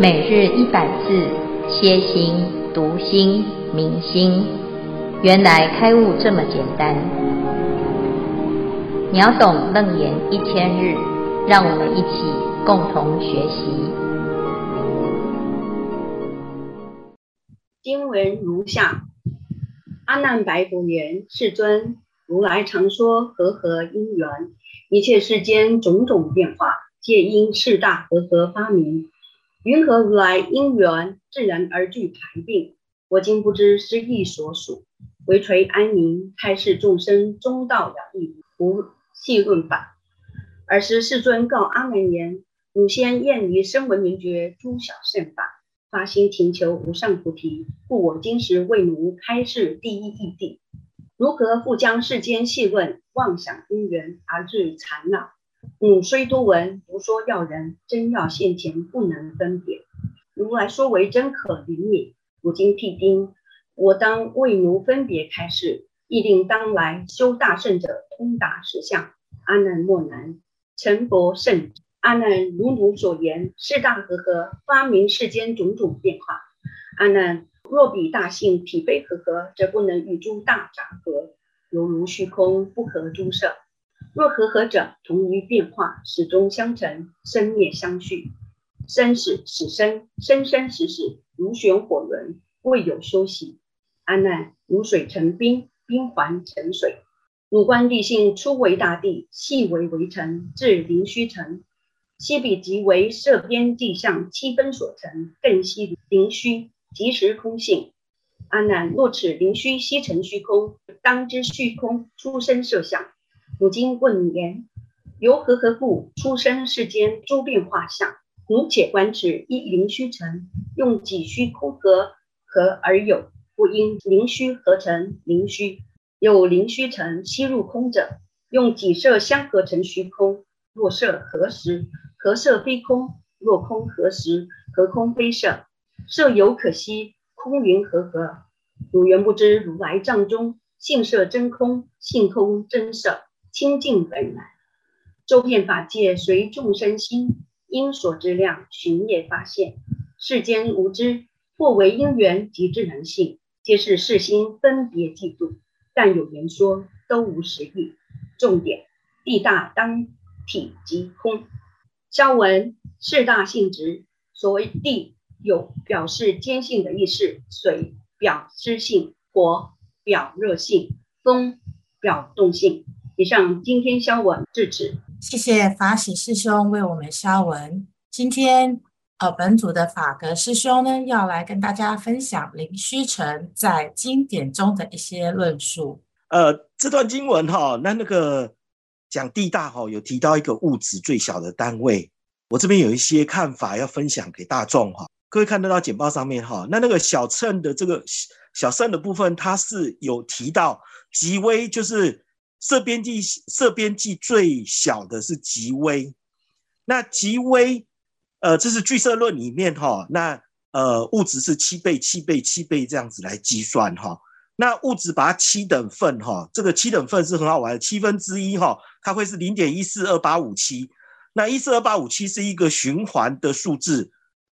每日100字，歇心、读心、明心，原来开悟这么简单。秒懂楞严1000日，让我们一起共同学习。 经文如下：阿难白佛言：世尊，如来常说和合因缘，一切世间种种变化，皆因四大和合发明。云何如来因缘自然而具排定？我今不知师义所属，唯垂安宁，开示众生中道了义，无细论法。尔时世尊告阿难言：汝先验于声闻缘觉诸小圣法，发心勤求无上菩提，故我今时为汝开示第一义谛。如何复将世间细论妄想因缘而致缠绕？汝虽多闻，如说要人，真要现前，不能分别。如来说为真可灵敏，如今辟丁，我当为汝分别开示，亦令当来修大圣者通达实相。阿难莫难，成佛圣。阿难，如汝所言，四大和合发明世间种种变化。阿难，若彼大性体非和合，则不能与诸大杂合，犹如虚空不合诸色。若和合者，同于变化，始终相承，生灭相续，生死死生，生生死死，如旋火轮，未有休息。阿难，如水成冰，冰还成水。汝观地性，初为大地，细为微尘，至灵虚尘。悉彼即为色边地相七分所成，更悉灵虚，即时空性。阿难，若此灵虚悉成虚空，当知虚空出生色相。汝今问言，由和合故出生世间诸变化相？汝且观此一灵虚尘，用几虚空合而有，不因灵虚合成灵虚。有灵虚尘悉入空者，用几色相合成虚空。若色合时，合色非空；若空合时，合空非色。色有可惜，空云和合？汝原不知如来藏中性色真空，性空真色，清净本来。周遍法界随众生心，因所知量寻业发现。世间无知，或为因缘及自然性，皆是世心分别嫉妒。但有言说，都无实义。重点：地大当体即空。消文：四大性质。所谓地，有表示坚性的意思；水表湿性，火表热性，风表动性。以上今天消文至此。 谢谢法喜师兄为我们消文。今天本组的法格师兄呢，要来跟大家分享灵虚尘在经典中的一些论述。 这段经文那个讲地大有提到一个物质最小的单位，我这边有一些看法要分享给大众各位看得到简报上面那个小乘的这个小乘的部分，它是有提到极微，就是色边际最小的是极微。那极微这是俱舍论里面那物质是7倍7倍7倍这样子来计算那物质把它7等份这个7等份是很好玩的1/7它会是 0.142857。那14857是一个循环的数字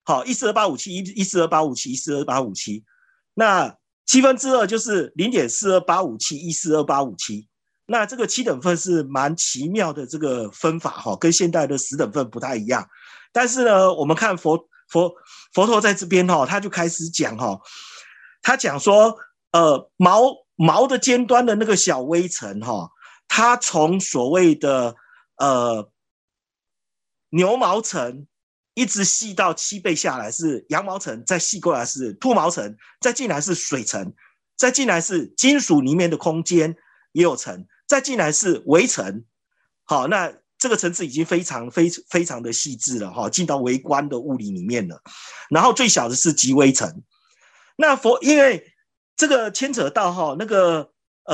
14857 14857 14857。那2/7就是 0.428571 14857。那这个7等份是蛮奇妙的这个分法跟现代的10等份不太一样。但是呢，我们看佛陀在这边他就开始讲他讲说毛的尖端的那个小微尘它从所谓的牛毛层一直细到7倍下来是羊毛层，再细过来是兔毛层，再进来是水层，再进来是金属里面的空间也有层，再进来是微层。好，那这个层次已经非常的细致了进到微观的物理里面了。然后最小的是极微层。那因为这个牵扯到那个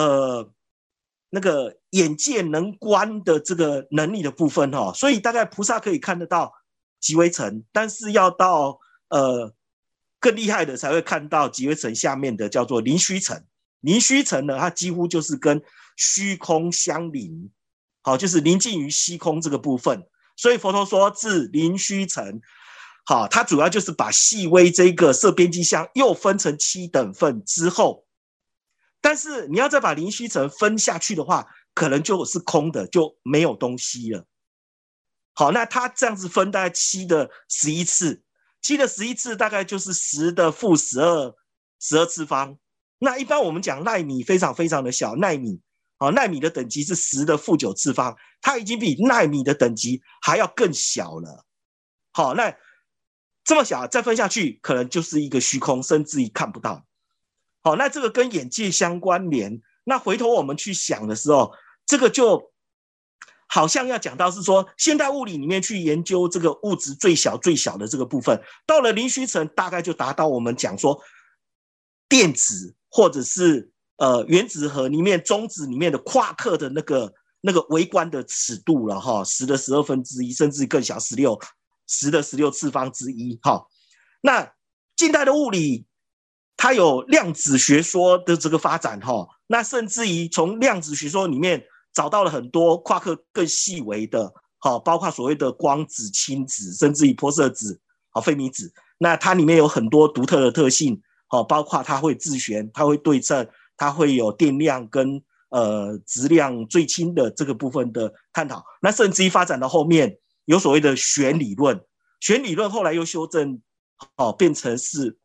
眼界能观的这个能力的部分所以大概菩萨可以看得到极微层，但是要到更厉害的才会看到极微层下面的叫做灵虚层。灵虚层呢，它几乎就是跟虚空相邻，就是临近于虚空这个部分。所以佛陀说自灵虚层好，它主要就是把细微这个色边际相又分成7等份之后，但是你要再把灵虚层分下去的话，可能就是空的，就没有东西了。好，那它这样子分大概7的11次，7的11次大概就是10的负12次方。那一般我们讲奈米非常非常的小，奈米的等级是10的负9次方，它已经比奈米的等级还要更小了。好，那这么小再分下去，可能就是一个虚空，甚至于看不到。好，那这个跟眼界相关联。那回头我们去想的时候，这个就好像要讲到是说，现代物理里面去研究这个物质最小最小的这个部分，到了灵虚层大概就达到我们讲说电子或者是原子核里面中子里面的夸克的那个微观的尺度了哈，10的1/12，甚至更小，10的16次方之一哈。那近代的物理它有量子学说的这个发展哈，那甚至于从量子学说里面找到了很多夸克更细微的，包括所谓的光子、氢子，甚至于玻色子、费米子。那它里面有很多独特的特性，包括它会自旋，它会对称，它会有电量跟质量最轻的这个部分的探讨。那甚至于发展到后面有所谓的弦理论，弦理论后来又修正，变成是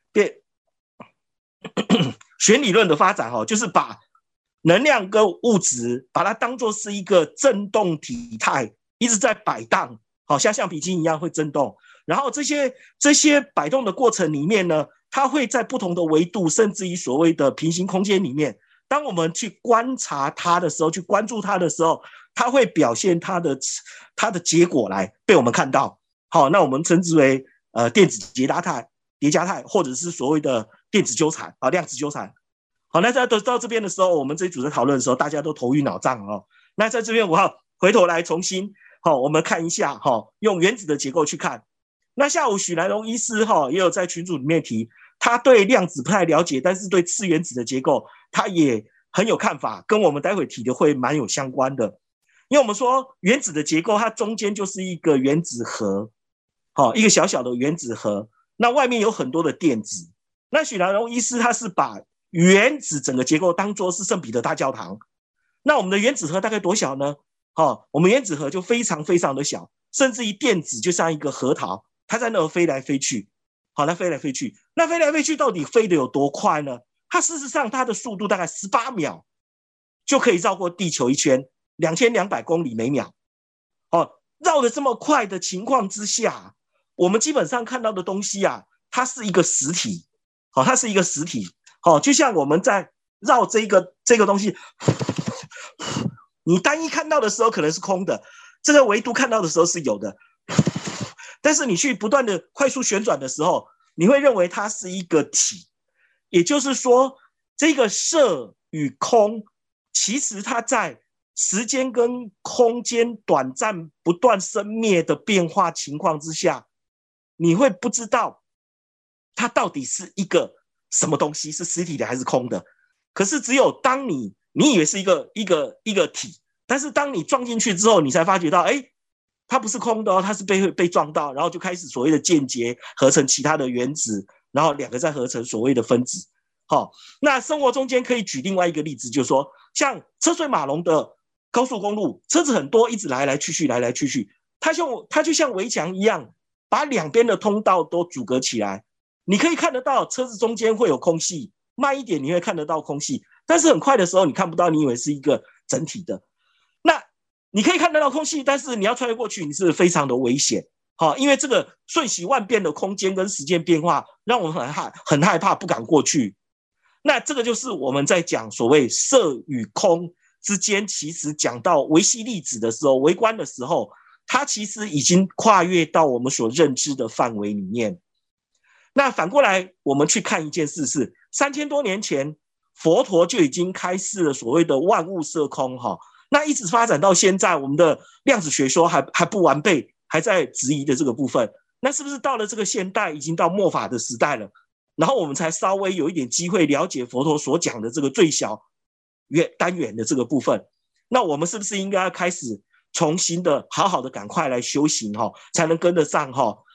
弦理论的发展就是把能量跟物质把它当作是一个振动体态，一直在摆荡，像橡皮筋一样会振动。然后这些摆动的过程里面呢，它会在不同的维度，甚至于所谓的平行空间里面，当我们去观察它的时候，去关注它的时候，它会表现它的结果来被我们看到。好，那我们称之为电子叠加态，或者是所谓的电子纠缠量子纠缠。好，那在到这边的时候，我们这一组在讨论的时候，大家都头晕脑胀那在这边我要回头来重新我们看一下用原子的结构去看。那下午许南荣医师也有在群组里面提，他对量子不太了解，但是对次原子的结构他也很有看法，跟我们待会提的会蛮有相关的。因为我们说原子的结构，它中间就是一个原子核，一个小小的原子核，那外面有很多的电子。那许南荣医师他是把原子整个结构当作是圣彼得大教堂。那我们的原子核大概多小呢？我们原子核就非常非常的小，甚至于电子就像一个核桃，它在那飞来飞去。好，那飞来飞去，那飞来飞去到底飞得有多快呢？它事实上它的速度大概18秒就可以绕过地球一圈，2200公里每秒。绕得这么快的情况之下，我们基本上看到的东西它是一个实体。它是一个实体。就像我们在绕这个东西，你单一看到的时候可能是空的，这个维度看到的时候是有的，但是你去不断的快速旋转的时候，你会认为它是一个体。也就是说，这个色与空其实它在时间跟空间短暂不断生灭的变化情况之下，你会不知道它到底是一个什么东西，是实体的还是空的。可是只有当你以为是一个体，但是当你撞进去之后，你才发觉到它不是空的它是被撞到，然后就开始所谓的间接合成其他的原子，然后两个再合成所谓的分子。那生活中间可以举另外一个例子，就是说像车水马龙的高速公路，车子很多，一直来来去去，它就像围墙一样，把两边的通道都阻隔起来。你可以看得到车子中间会有空隙，慢一点你会看得到空隙，但是很快的时候你看不到，你以为是一个整体的。那你可以看得到空隙，但是你要穿越过去，你是非常的危险。因为这个瞬息万变的空间跟时间变化，让我们很害怕，不敢过去。那这个就是我们在讲所谓色与空之间，其实讲到微细粒子的时候，微观的时候，它其实已经跨越到我们所认知的范围里面。那反过来我们去看一件事是，3000多年前佛陀就已经开示了所谓的万物色空那一直发展到现在，我们的量子学说还不完备，还在质疑的这个部分。那是不是到了这个现代，已经到末法的时代了，然后我们才稍微有一点机会了解佛陀所讲的这个最小单元的这个部分？那我们是不是应该开始重新的好好的赶快来修行才能跟得上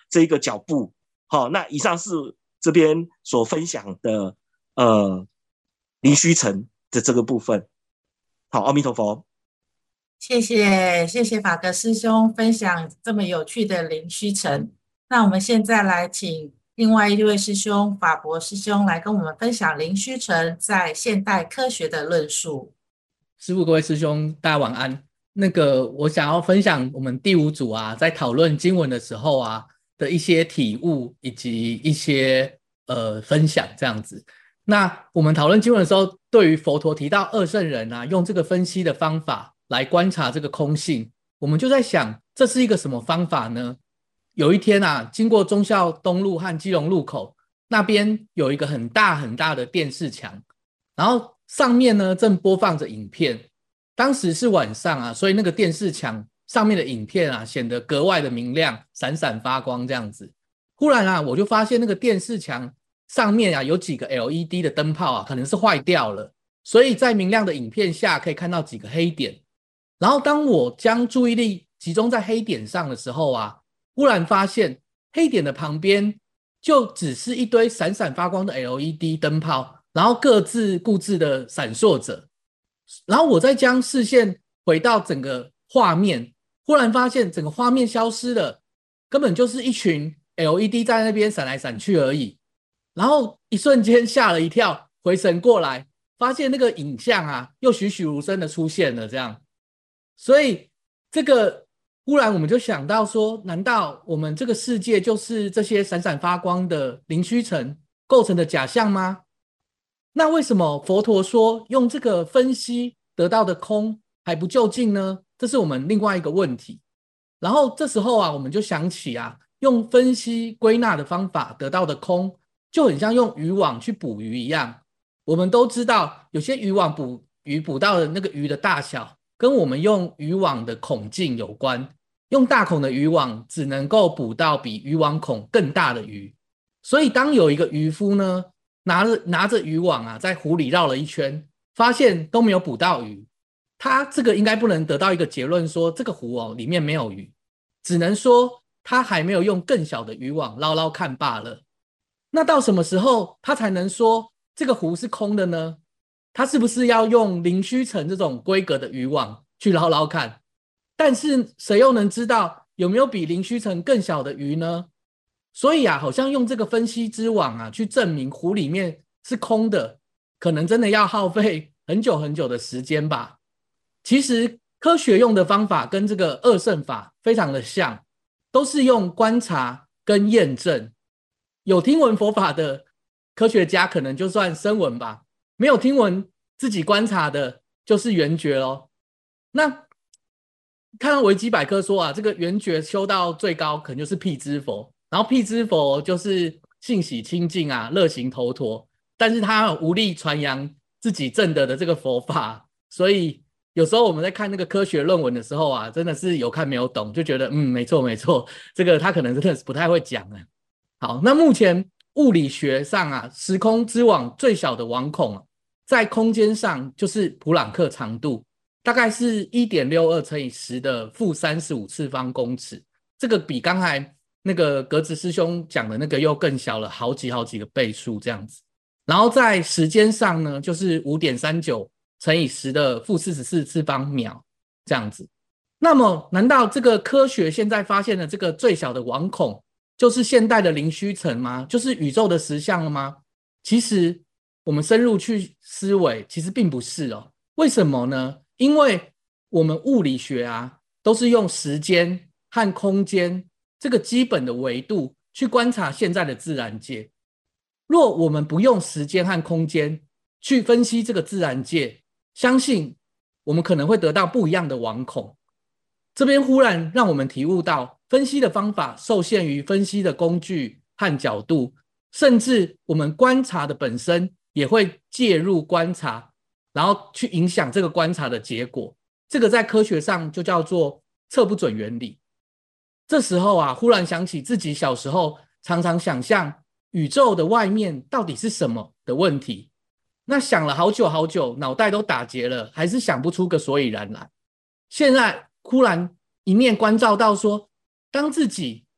这个脚步。好，那以上是这边所分享的灵虚尘的这个部分。好，阿弥陀佛。 谢谢法格师兄分享这么有趣的灵虚尘。那我们现在来请另外一位师兄法博师兄来跟我们分享灵虚尘在现代科学的论述。 师父、各位师兄，大家晚安。我想要分享我们第5组啊，在讨论经文的时候啊的一些体悟以及一些分享这样子。那我们讨论经文的时候，对于佛陀提到二圣人啊，用这个分析的方法来观察这个空性，我们就在想，这是一个什么方法呢？有一天啊，经过忠孝东路和基隆路口那边有一个很大很大的电视墙，然后上面呢正播放着影片。当时是晚上啊，所以那个电视墙上面的影片啊显得格外的明亮，闪闪发光这样子。忽然啊，我就发现那个电视墙上面啊有几个 LED 的灯泡啊可能是坏掉了，所以在明亮的影片下可以看到几个黑点。然后当我将注意力集中在黑点上的时候啊，忽然发现黑点的旁边就只是一堆闪闪发光的 LED 灯泡，然后各自固执的闪烁着。然后我再将视线回到整个画面，忽然发现整个画面消失了，根本就是一群 LED 在那边闪来闪去而已。然后一瞬间吓了一跳，回神过来，发现那个影像啊又栩栩如生的出现了这样。所以这个忽然我们就想到说，难道我们这个世界就是这些闪闪发光的灵虚尘构成的假象吗？那为什么佛陀说用这个分析得到的空还不究竟呢？这是我们另外一个问题。然后这时候啊，我们就想起啊，用分析归纳的方法得到的空，就很像用渔网去捕鱼一样。我们都知道，有些渔网捕鱼捕到的那个鱼的大小，跟我们用渔网的孔径有关。用大孔的渔网只能够捕到比渔网孔更大的鱼。所以当有一个渔夫呢，拿着渔网啊，在湖里绕了一圈，发现都没有捕到鱼。他这个应该不能得到一个结论说这个湖哦里面没有鱼，只能说他还没有用更小的渔网捞捞看罢了。那到什么时候他才能说这个湖是空的呢？他是不是要用灵虚尘这种规格的渔网去捞捞看？但是谁又能知道有没有比灵虚尘更小的鱼呢？所以啊，好像用这个分析之网啊，去证明湖里面是空的，可能真的要耗费很久很久的时间吧。其实科学用的方法跟这个二圣法非常的像，都是用观察跟验证。有听闻佛法的科学家可能就算声闻吧，没有听闻自己观察的就是圆觉咯。那看到维基百科说啊，这个圆觉修到最高可能就是辟支佛，然后辟支佛就是性喜清净啊，乐行头陀，但是他无力传扬自己证得的这个佛法，所以有时候我们在看那个科学论文的时候啊，真的是有看没有懂，就觉得没错没错，这个他可能真的是不太会讲啊。好，那目前物理学上啊，时空之网最小的网孔啊，在空间上就是普朗克长度，大概是 1.62 乘以10的负35次方公尺，这个比刚才那个格子师兄讲的那个又更小了好几个倍数这样子。然后在时间上呢，就是 5.39 乘以10的负44次方秒这样子。那么难道这个科学现在发现的这个最小的网孔就是现代的灵虚尘吗？就是宇宙的实相了吗？其实我们深入去思维，其实并不是哦。为什么呢？因为我们物理学啊，都是用时间和空间这个基本的维度去观察现在的自然界。若我们不用时间和空间去分析这个自然界，相信我们可能会得到不一样的网孔。这边忽然让我们体悟到，分析的方法受限于分析的工具和角度，甚至我们观察的本身也会介入观察，然后去影响这个观察的结果。这个在科学上就叫做测不准原理。这时候啊，忽然想起自己小时候常常想象宇宙的外面到底是什么的问题，那想了好久好久，脑袋都打结了，还是想不出个所以然来。现在忽然一面关照到说，当自己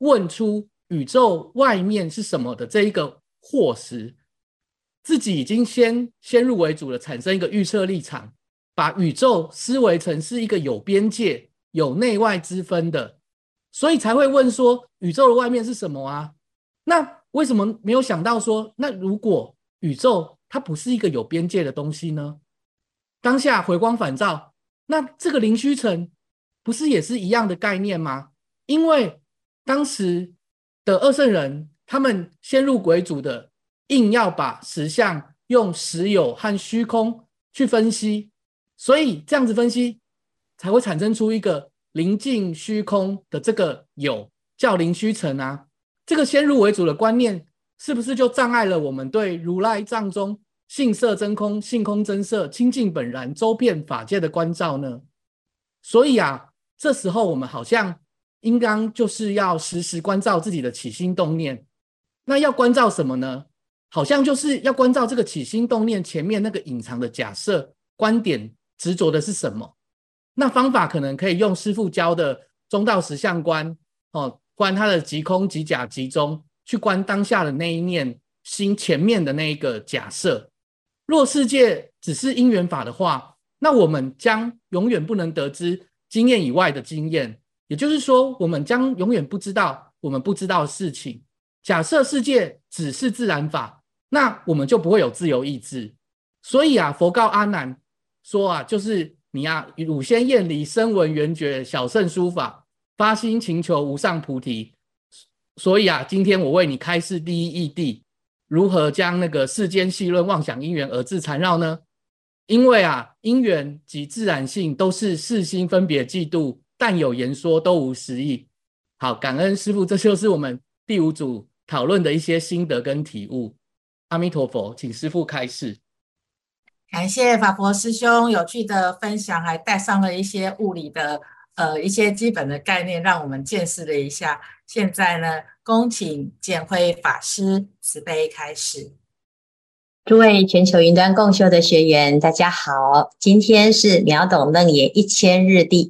问出宇宙外面是什么的这一个惑时，自己已经先入为主的产生一个预测立场，把宇宙思维成是一个有边界、有内外之分的，所以才会问说宇宙的外面是什么啊？那为什么没有想到说，那如果宇宙它不是一个有边界的东西呢？当下回光返照，那这个灵虚层不是也是一样的概念吗？因为当时的二圣人他们先入为主的硬要把实相用实有和虚空去分析，所以这样子分析才会产生出一个临近虚空的这个有叫灵虚层啊。这个先入为主的观念是不是就障碍了我们对如来藏中性色真空、性空真色、清净本然、周遍法界的关照呢？所以啊，这时候我们好像应当就是要时时关照自己的起心动念。那要关照什么呢？好像就是要关照这个起心动念前面那个隐藏的假设、观点、执着的是什么。那方法可能可以用师父教的中道实相观，观它的即空、即假、即中，去观当下的那一念心前面的那一个假设。若世界只是因缘法的话，那我们将永远不能得知经验以外的经验，也就是说，我们将永远不知道我们不知道的事情。假设世界只是自然法，那我们就不会有自由意志。所以啊，佛告阿难说啊，就是你啊，汝先厌离声闻缘觉小乘诸法，发心勤求无上菩提。所以啊，今天我为你开示第一义谛，如何将那个世间细论妄想因缘而自缠绕呢？因为啊，因缘及自然性都是世心分别嫉妒，但有言说都无实义。好，感恩师父，这就是我们第5组讨论的一些心得跟体悟。阿弥陀佛，请师父开示。 感谢法佛师兄有趣的分享，还带上了一些物理的一些基本的概念，让我们见识了一下。现在呢，恭请建辉法师慈悲开示。 诸位全球云端共修的学员，大家好，今天是秒懂楞严1000日第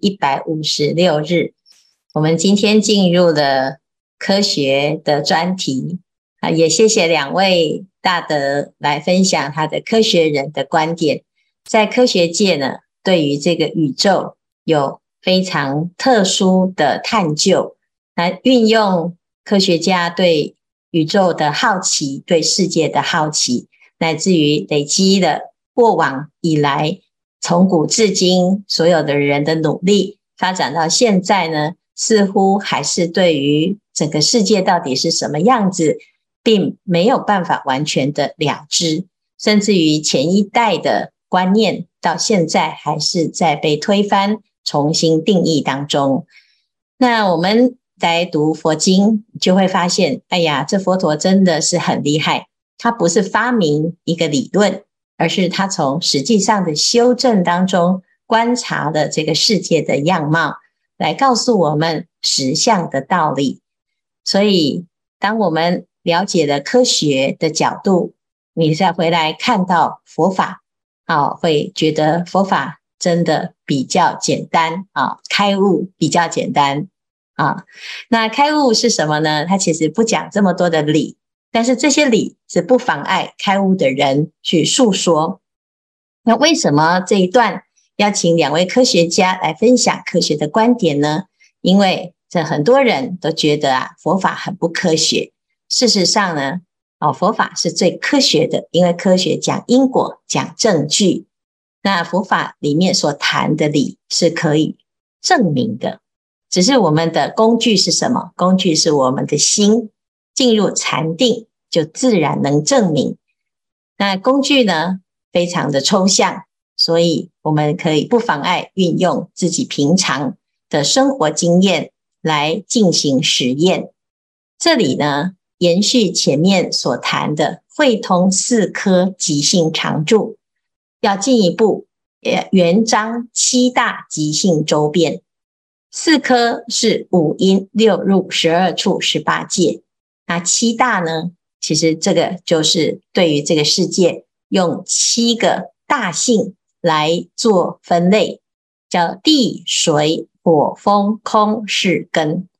156日，我们今天进入了科学的专题啊，也谢谢2位大德来分享他的科学人的观点。在科学界呢，对于这个宇宙有非常特殊的探究，来运用科学家对宇宙的好奇，对世界的好奇，乃至于累积了过往以来从古至今所有的人的努力，发展到现在呢，似乎还是对于整个世界到底是什么样子并没有办法完全的了知，甚至于前一代的观念到现在还是在被推翻重新定义当中。那我们来读佛经就会发现，哎呀，这佛陀真的是很厉害，他不是发明一个理论，而是他从实际上的修正当中观察了这个世界的样貌，来告诉我们实相的道理。所以当我们了解了科学的角度，你再回来看到佛法会觉得佛法真的比较简单开悟比较简单那开悟是什么呢？它其实不讲这么多的理，但是这些理是不妨碍开悟的人去述说。那为什么这一段要请2位科学家来分享科学的观点呢？因为这很多人都觉得佛法很不科学。事实上呢，佛法是最科学的，因为科学讲因果，讲证据。那佛法里面所谈的理是可以证明的，只是我们的工具是什么？工具是我们的心，进入禅定就自然能证明。那工具呢，非常的抽象，所以我们可以不妨碍运用自己平常的生活经验来进行实验。这里呢，延续前面所谈的会通4科即性常住，要进一步圆章7大即性周遍。4科是5因6入12处18界，那7大呢，其实这个就是对于这个世界用7个大性来做分类，叫地水火风空是根。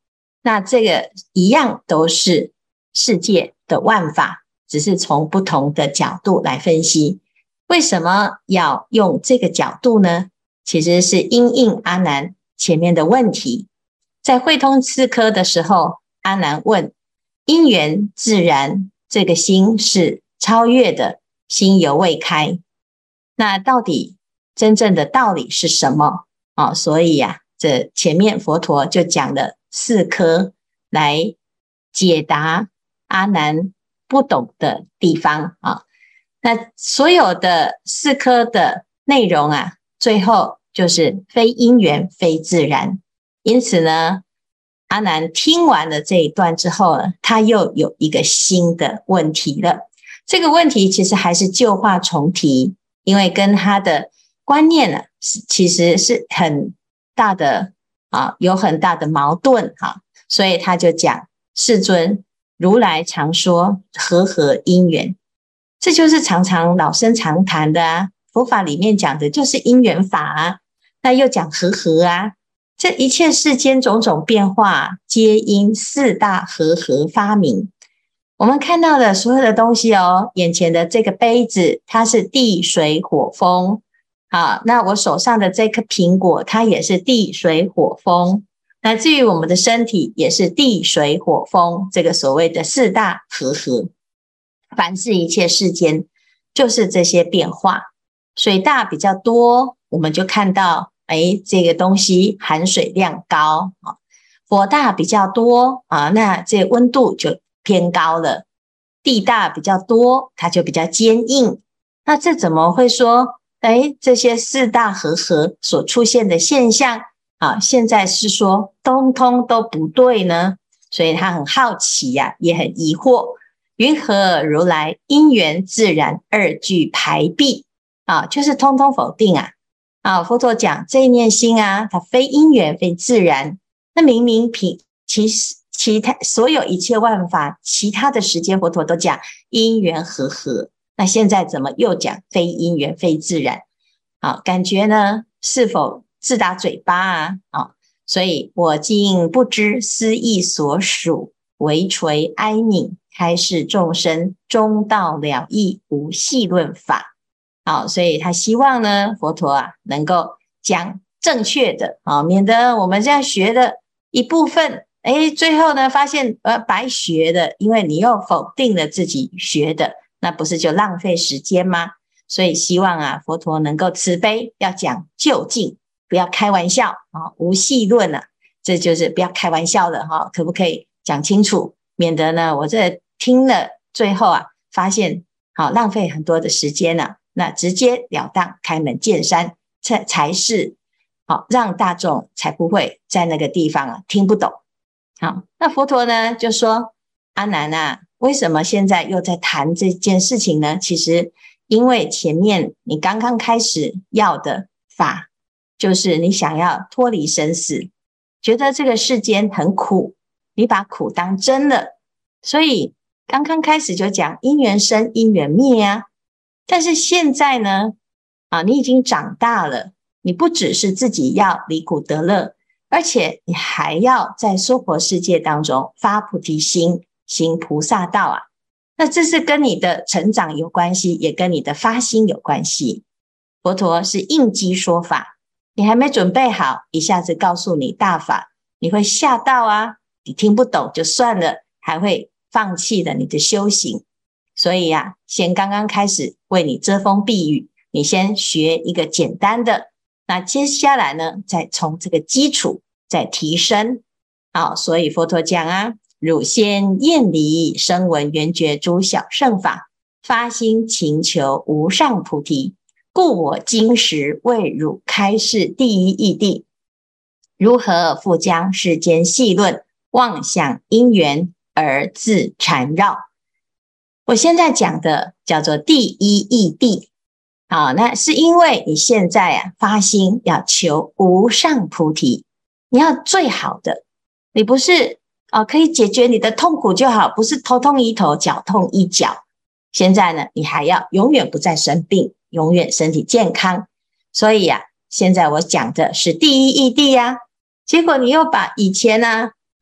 那这个一样都是世界的万法，只是从不同的角度来分析。为什么要用这个角度呢？其实是因应阿难前面的问题。在会通四科的时候，阿难问因缘自然，这个心是超越的，心犹未开，那到底真正的道理是什么？所以这前面佛陀就讲了四科来解答阿难不懂的地方那所有的四科的内容最后就是非因缘非自然。因此呢，阿难听完了这一段之后呢，他又有一个新的问题了。这个问题其实还是旧话重提，因为跟他的观念其实是很大的有很大的矛盾所以他就讲：世尊，如来常说和因缘，这就是常常老生常谈的佛法里面讲的就是因缘法那又讲和这一切世间种种变化，皆因四大和发明。我们看到的所有的东西眼前的这个杯子，它是地水火风那我手上的这颗苹果，它也是地水火风。乃至于我们的身体也是地水火风，这个所谓的四大和合。凡是一切世间就是这些变化。水大比较多，我们就看到这个东西含水量高火大比较多那这温度就偏高了。地大比较多，它就比较坚硬。那这怎么会说这些四大和合所出现的现象现在是说通通都不对呢？所以他很好奇也很疑惑，云何如来因缘自然二句排避就是通通否定佛陀讲这一念心它非因缘非自然，那明明其他所有一切万法，其他的时间佛陀都讲因缘和合，那现在怎么又讲非因缘非自然感觉呢是否自打嘴巴所以我今不知思意所属，唯垂哀悯，开示众生，中道了义，无戏论法所以他希望呢佛陀能够讲正确的免得我们这样学的一部分最后呢发现白学的，因为你又否定了自己学的，那不是就浪费时间吗？所以希望佛陀能够慈悲，要讲究竟，不要开玩笑无戏论这就是不要开玩笑了可不可以讲清楚，免得呢我这听了最后发现浪费很多的时间那直截了当开门见山才是让大众才不会在那个地方听不懂。那佛陀呢就说：阿难为什么现在又在谈这件事情呢？其实因为前面你刚刚开始要的法，就是你想要脱离生死，觉得这个世间很苦，你把苦当真了，所以刚刚开始就讲因缘生因缘灭但是现在呢你已经长大了，你不只是自己要离苦得乐，而且你还要在娑婆世界当中发菩提心，行菩萨道那这是跟你的成长有关系，也跟你的发心有关系。佛陀是应机说法，你还没准备好，一下子告诉你大法，你会吓到你听不懂就算了，还会放弃了你的修行。所以先刚刚开始为你遮风避雨，你先学一个简单的，那接下来呢再从这个基础再提升所以佛陀讲汝先厌离声闻缘觉诸小乘法，发心勤求无上菩提，故我今时为汝开示第一义谛，如何复将世间细论，妄想因缘而自缠绕。我现在讲的叫做第一义谛那是因为你现在发心要求无上菩提，你要最好的，你不是可以解决你的痛苦就好，不是头痛医头，脚痛医脚。现在呢，你还要永远不再生病，永远身体健康。所以现在我讲的是第一义谛结果你又把以前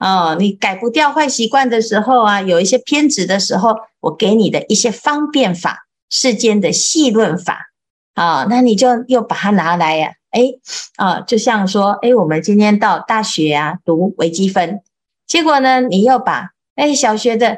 你改不掉坏习惯的时候啊，有一些偏执的时候，我给你的一些方便法，世间的细论法那你就又把它拿来呀，就像说，我们今天到大学啊读微积分，结果呢，你又把小学的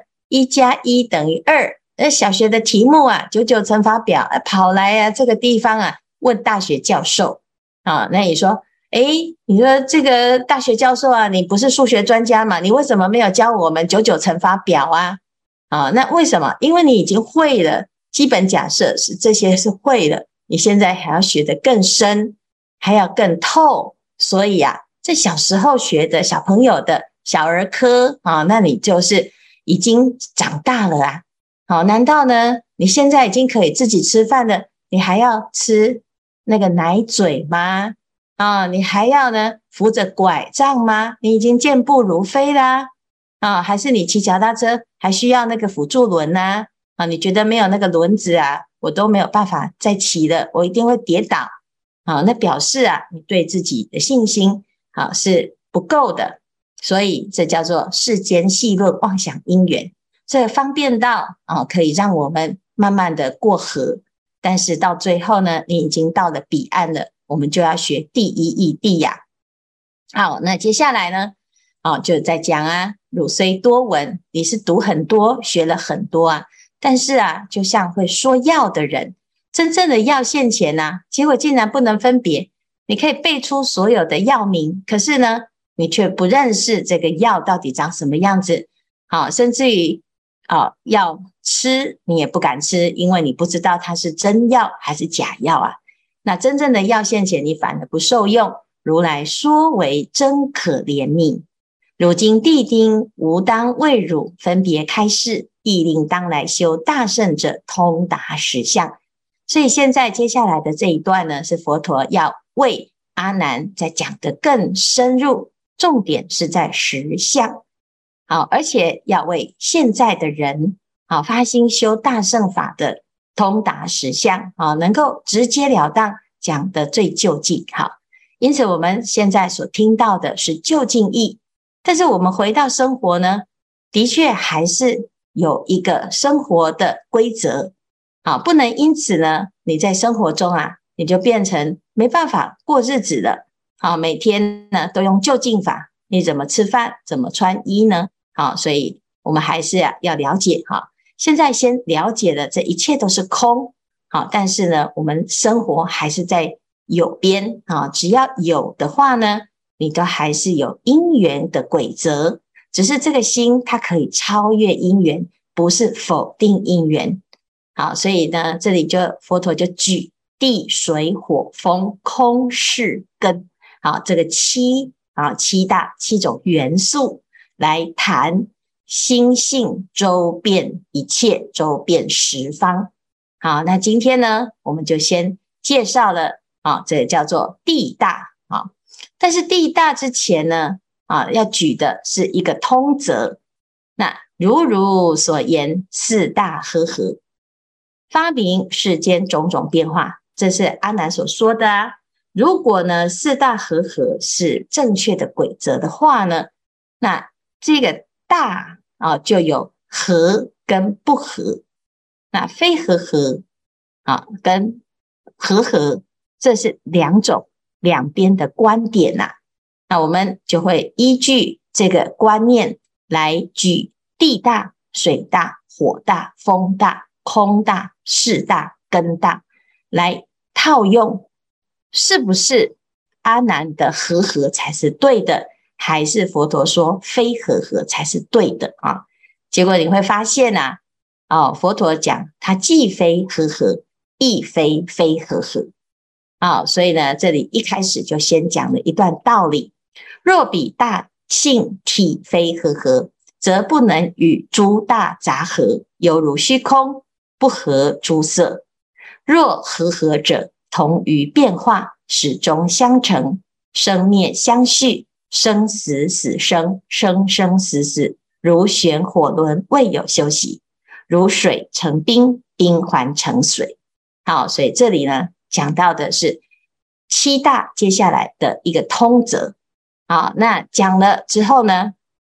1+1=2，小学的题目啊，99乘法表跑来啊这个地方啊问大学教授那你说，你说这个大学教授啊，你不是数学专家嘛？你为什么没有教我们99乘法表啊？那为什么？因为你已经会了，基本假设是这些是会了，你现在还要学得更深，还要更透，所以啊，这小时候学的小朋友的小儿科那你就是已经长大了啊。难道呢你现在已经可以自己吃饭了，你还要吃那个奶嘴吗？你还要呢扶着拐杖吗？你已经健步如飞啦还是你骑脚踏车还需要那个辅助轮你觉得没有那个轮子我都没有办法再骑了，我一定会跌倒那表示你对自己的信心是不够的，所以这叫做世间细论妄想因缘，这方便到可以让我们慢慢的过河，但是到最后呢，你已经到了彼岸了，我们就要学第一义谛呀。好，那接下来呢就在讲汝虽多闻，你是读很多学了很多但是就像会说药的人，真正的药现前结果竟然不能分别，你可以背出所有的药名，可是呢你却不认识这个药到底长什么样子甚至于要吃你也不敢吃，因为你不知道它是真药还是假药那真正的药现前，你反而不受用，如来说为真可怜悯。如今谛听，吾当为汝分别开示，亦令当来修大圣者通达实相。所以现在接下来的这一段呢，是佛陀要为阿难再讲得更深入，重点是在实相而且要为现在的人发心修大乘法的通达实相能够直截了当讲得最究竟因此我们现在所听到的是究竟义，但是我们回到生活呢，的确还是有一个生活的规则不能因此呢你在生活中你就变成没办法过日子了每天呢都用究竟法，你怎么吃饭怎么穿衣呢所以我们还是要了解现在先了解了这一切都是空但是呢我们生活还是在有边只要有的话呢，你都还是有因缘的规则，只是这个心它可以超越因缘，不是否定因缘所以呢这里佛陀就举地水火风空识根这个七种元素来谈心性周遍一切，周遍十方那今天呢我们就先介绍了这个叫做地大但是地大之前呢要举的是一个通则，那如所言四大和合，发明世间种种变化，这是阿难所说的如果呢四大和合是正确的规则的话呢，那这个大就有合跟不合，那非合合跟合合，这是两种两边的观点那我们就会依据这个观念来举地大、水大、火大、风大、空大、识大、根大来套用，是不是阿难的合合才是对的，还是佛陀说非合合才是对的结果你会发现佛陀讲它既非合合，亦非非合合所以呢这里一开始就先讲了一段道理，若彼大性体非合合，则不能与诸大杂合，犹如虚空不合诸色。若合合者，同于变化，始终相成，生灭相续，生死死生，生生死死，如旋火轮，未有休息，如水成冰，冰还成水。所以这里呢讲到的是七大接下来的一个通则那讲了之后呢，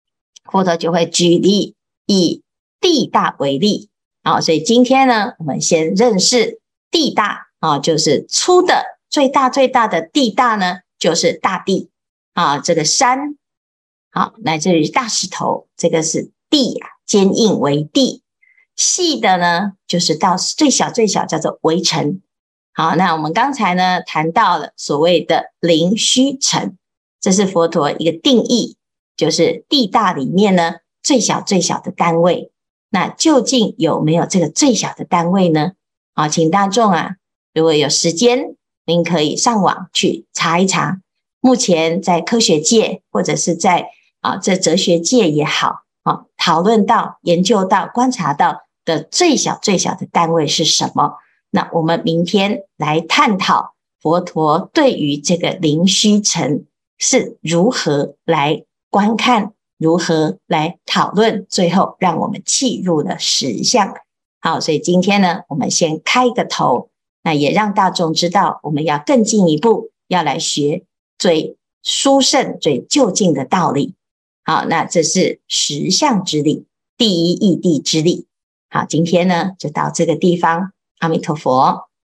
佛陀就会举例以地大为例。所以今天呢，我们先认识地大就是粗的最大最大的地大呢，就是大地这个山乃至于大石头，这个是地坚硬为地。细的呢，就是到最小最小叫做微尘。好，那我们刚才呢谈到了所谓的灵虚尘，这是佛陀一个定义，就是地大里面呢最小最小的单位。那究竟有没有这个最小的单位呢？请大众如果有时间，您可以上网去查一查。目前在科学界或者是在这哲学界也好，讨论到、研究到、观察到的最小最小的单位是什么？那我们明天来探讨佛陀对于这个灵虚尘是如何来观看，如何来讨论，最后让我们契入了实相。好，所以今天呢，我们先开个头，那也让大众知道，我们要更进一步，要来学最殊胜、最究竟的道理。好，那这是实相之理，第一义谛之理。好，今天呢就到这个地方，阿弥陀佛。